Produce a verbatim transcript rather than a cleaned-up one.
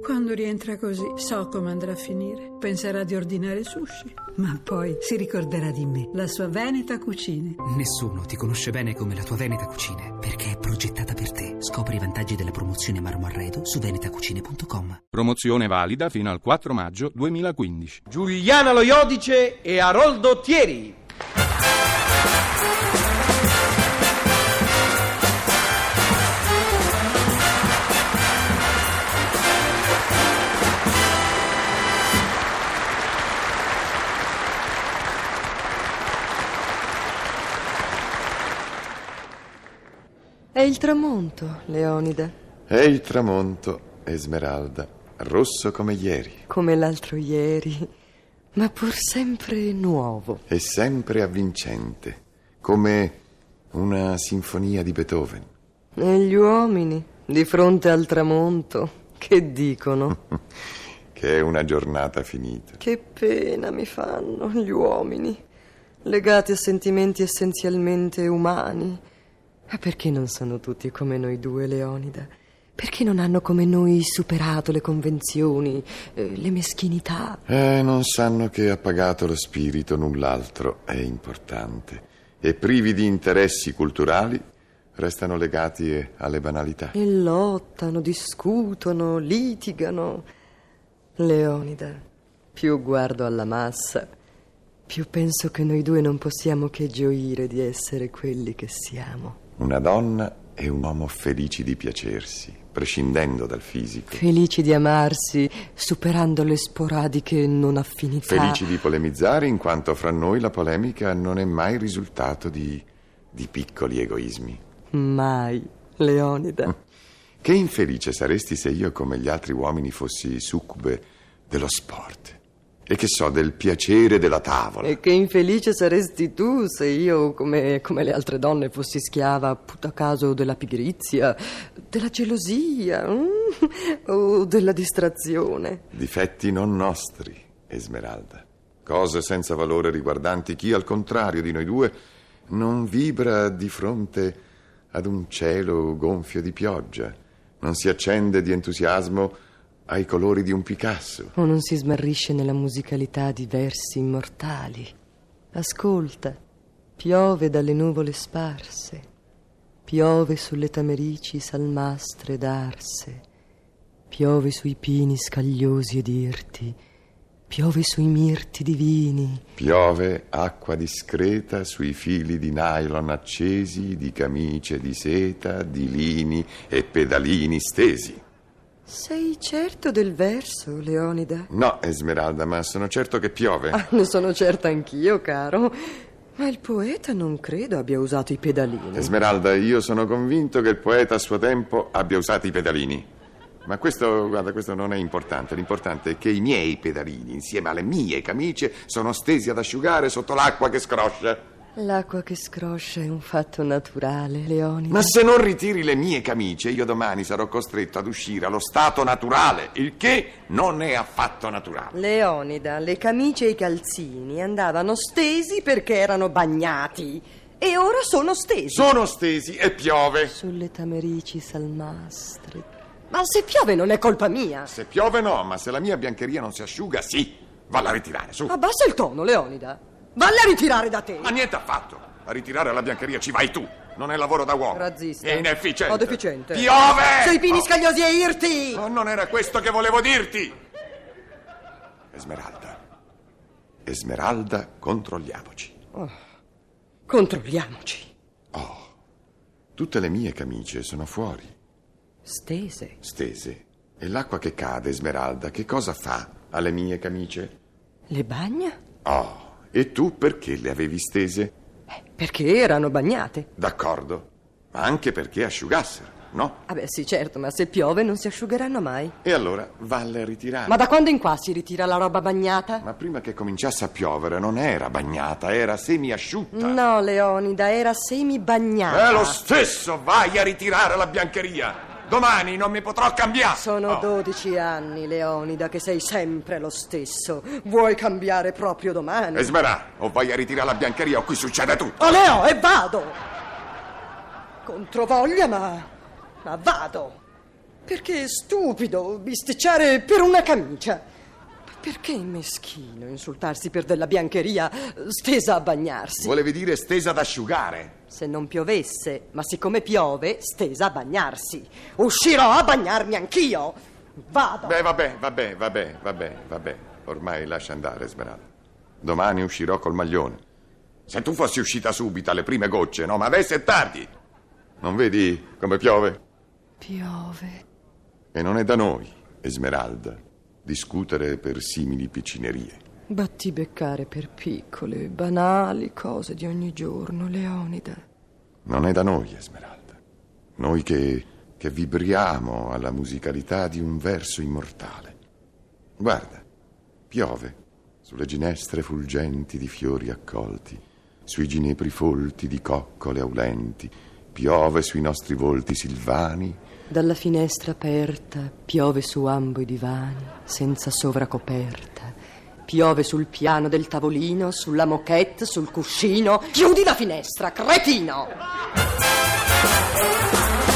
Quando rientra così, so come andrà a finire. Penserà di ordinare sushi, ma poi si ricorderà di me, la sua Veneta Cucine. Nessuno ti conosce bene come la tua Veneta Cucine, perché è progettata per te. Scopri i vantaggi della promozione Marmo Arredo su venetacucine punto com. Promozione valida fino al quattro maggio duemilaquindici. Giuliana Lo Iodice e Aroldo Thieri. È il tramonto, Leonida. È il tramonto, Esmeralda, rosso come ieri. Come l'altro ieri, ma pur sempre nuovo. E sempre avvincente, come una sinfonia di Beethoven. E gli uomini, di fronte al tramonto, che dicono? Che è una giornata finita. Che pena mi fanno gli uomini, legati a sentimenti essenzialmente umani. Ma perché non sono tutti come noi due, Leonida? Perché non hanno come noi superato le convenzioni, eh, le meschinità? Eh, non sanno che appagato lo spirito null'altro è importante. E privi di interessi culturali restano legati alle banalità. E lottano, discutono, litigano. Leonida, più guardo alla massa, più penso che noi due non possiamo che gioire di essere quelli che siamo. Una donna e un uomo felici di piacersi, prescindendo dal fisico. Felici di amarsi, superando le sporadiche non affinità. Felici di polemizzare, in quanto fra noi la polemica non è mai risultato di, di piccoli egoismi. Mai, Leonida. Che infelice saresti se io, come gli altri uomini, fossi succube dello sport. E che so, del piacere della tavola. E che infelice saresti tu se io, come, come le altre donne, fossi schiava, appunto a caso della pigrizia, della gelosia mm, o della distrazione. Difetti non nostri, Esmeralda. Cose senza valore riguardanti chi, al contrario di noi due, non vibra di fronte ad un cielo gonfio di pioggia, non si accende di entusiasmo ai colori di un Picasso. O non si smarrisce nella musicalità di versi immortali. Ascolta, piove dalle nuvole sparse, piove sulle tamerici salmastre d'arse, piove sui pini scagliosi ed irti, piove sui mirti divini. Piove acqua discreta sui fili di nylon accesi, di camicie di seta, di lini e pedalini stesi. Sei certo del verso, Leonida? No, Esmeralda, ma sono certo che piove. Ah, ne sono certa anch'io, caro. Ma il poeta non credo abbia usato i pedalini. Esmeralda, io sono convinto che il poeta a suo tempo abbia usato i pedalini. Ma questo, guarda, questo non è importante. L'importante è che i miei pedalini, insieme alle mie camicie, sono stesi ad asciugare sotto l'acqua che scroscia. L'acqua che scroscia è un fatto naturale, Leonida. Ma se non ritiri le mie camicie, io domani sarò costretto ad uscire allo stato naturale, il che non è affatto naturale. Leonida, le camicie e i calzini andavano stesi perché erano bagnati e ora sono stesi. Sono stesi e piove. Sulle tamerici salmastre. Ma se piove non è colpa mia. Se piove no, ma se la mia biancheria non si asciuga, sì. Valla a ritirare, su. Abbassa il tono, Leonida. Valla a ritirare da te. Ma niente affatto. A ritirare la biancheria ci vai tu. Non è lavoro da uomo. Razzista. È inefficiente. O deficiente. Piove! Sei pini oh. scagliosi e irti. Oh, non era questo che volevo dirti. Esmeralda. Esmeralda, controlliamoci. Oh. Controlliamoci. Oh. Tutte le mie camicie sono fuori. Stese. Stese. E l'acqua che cade, Esmeralda, che cosa fa alle mie camicie? Le bagna? Oh. E tu perché le avevi stese? Eh, perché erano bagnate. D'accordo, ma anche perché asciugassero, no? Ah beh sì, certo, ma se piove non si asciugheranno mai. E allora valle a ritirare. Ma da quando in qua si ritira la roba bagnata? Ma prima che cominciasse a piovere non era bagnata, era semiasciutta. No, Leonida, era semi bagnata. È lo stesso, vai a ritirare la biancheria. Domani non mi potrò cambiare. Sono oh. dodici anni, Leonida, che sei sempre lo stesso. Vuoi cambiare proprio domani? Esmerà, o vai a ritirare la biancheria o qui succede tutto. Oh, Leo, e vado! Controvoglia, ma... ma vado! Perché è stupido bisticciare per una camicia. Perché è meschino insultarsi per della biancheria stesa a bagnarsi? Volevi dire stesa ad asciugare? Se non piovesse, ma siccome piove, stesa a bagnarsi. Uscirò a bagnarmi anch'io. Vado. Beh, vabbè, vabbè, vabbè, vabbè, vabbè. Ormai lascia andare, Esmeralda. Domani uscirò col maglione. Se tu fossi uscita subito alle prime gocce, no? Ma adesso è tardi. Non vedi come piove? Piove. E non è da noi, Esmeralda, discutere per simili piccinerie. Battibeccare per piccole, banali cose di ogni giorno, Leonida. Non è da noi, Esmeralda. Noi che, che vibriamo alla musicalità di un verso immortale. Guarda, piove sulle ginestre fulgenti di fiori accolti, sui ginepri folti di coccole aulenti, piove sui nostri volti silvani. Dalla finestra aperta piove su ambo i divani, senza sovracoperta. Piove sul piano del tavolino, sulla moquette, sul cuscino. Chiudi la finestra, cretino!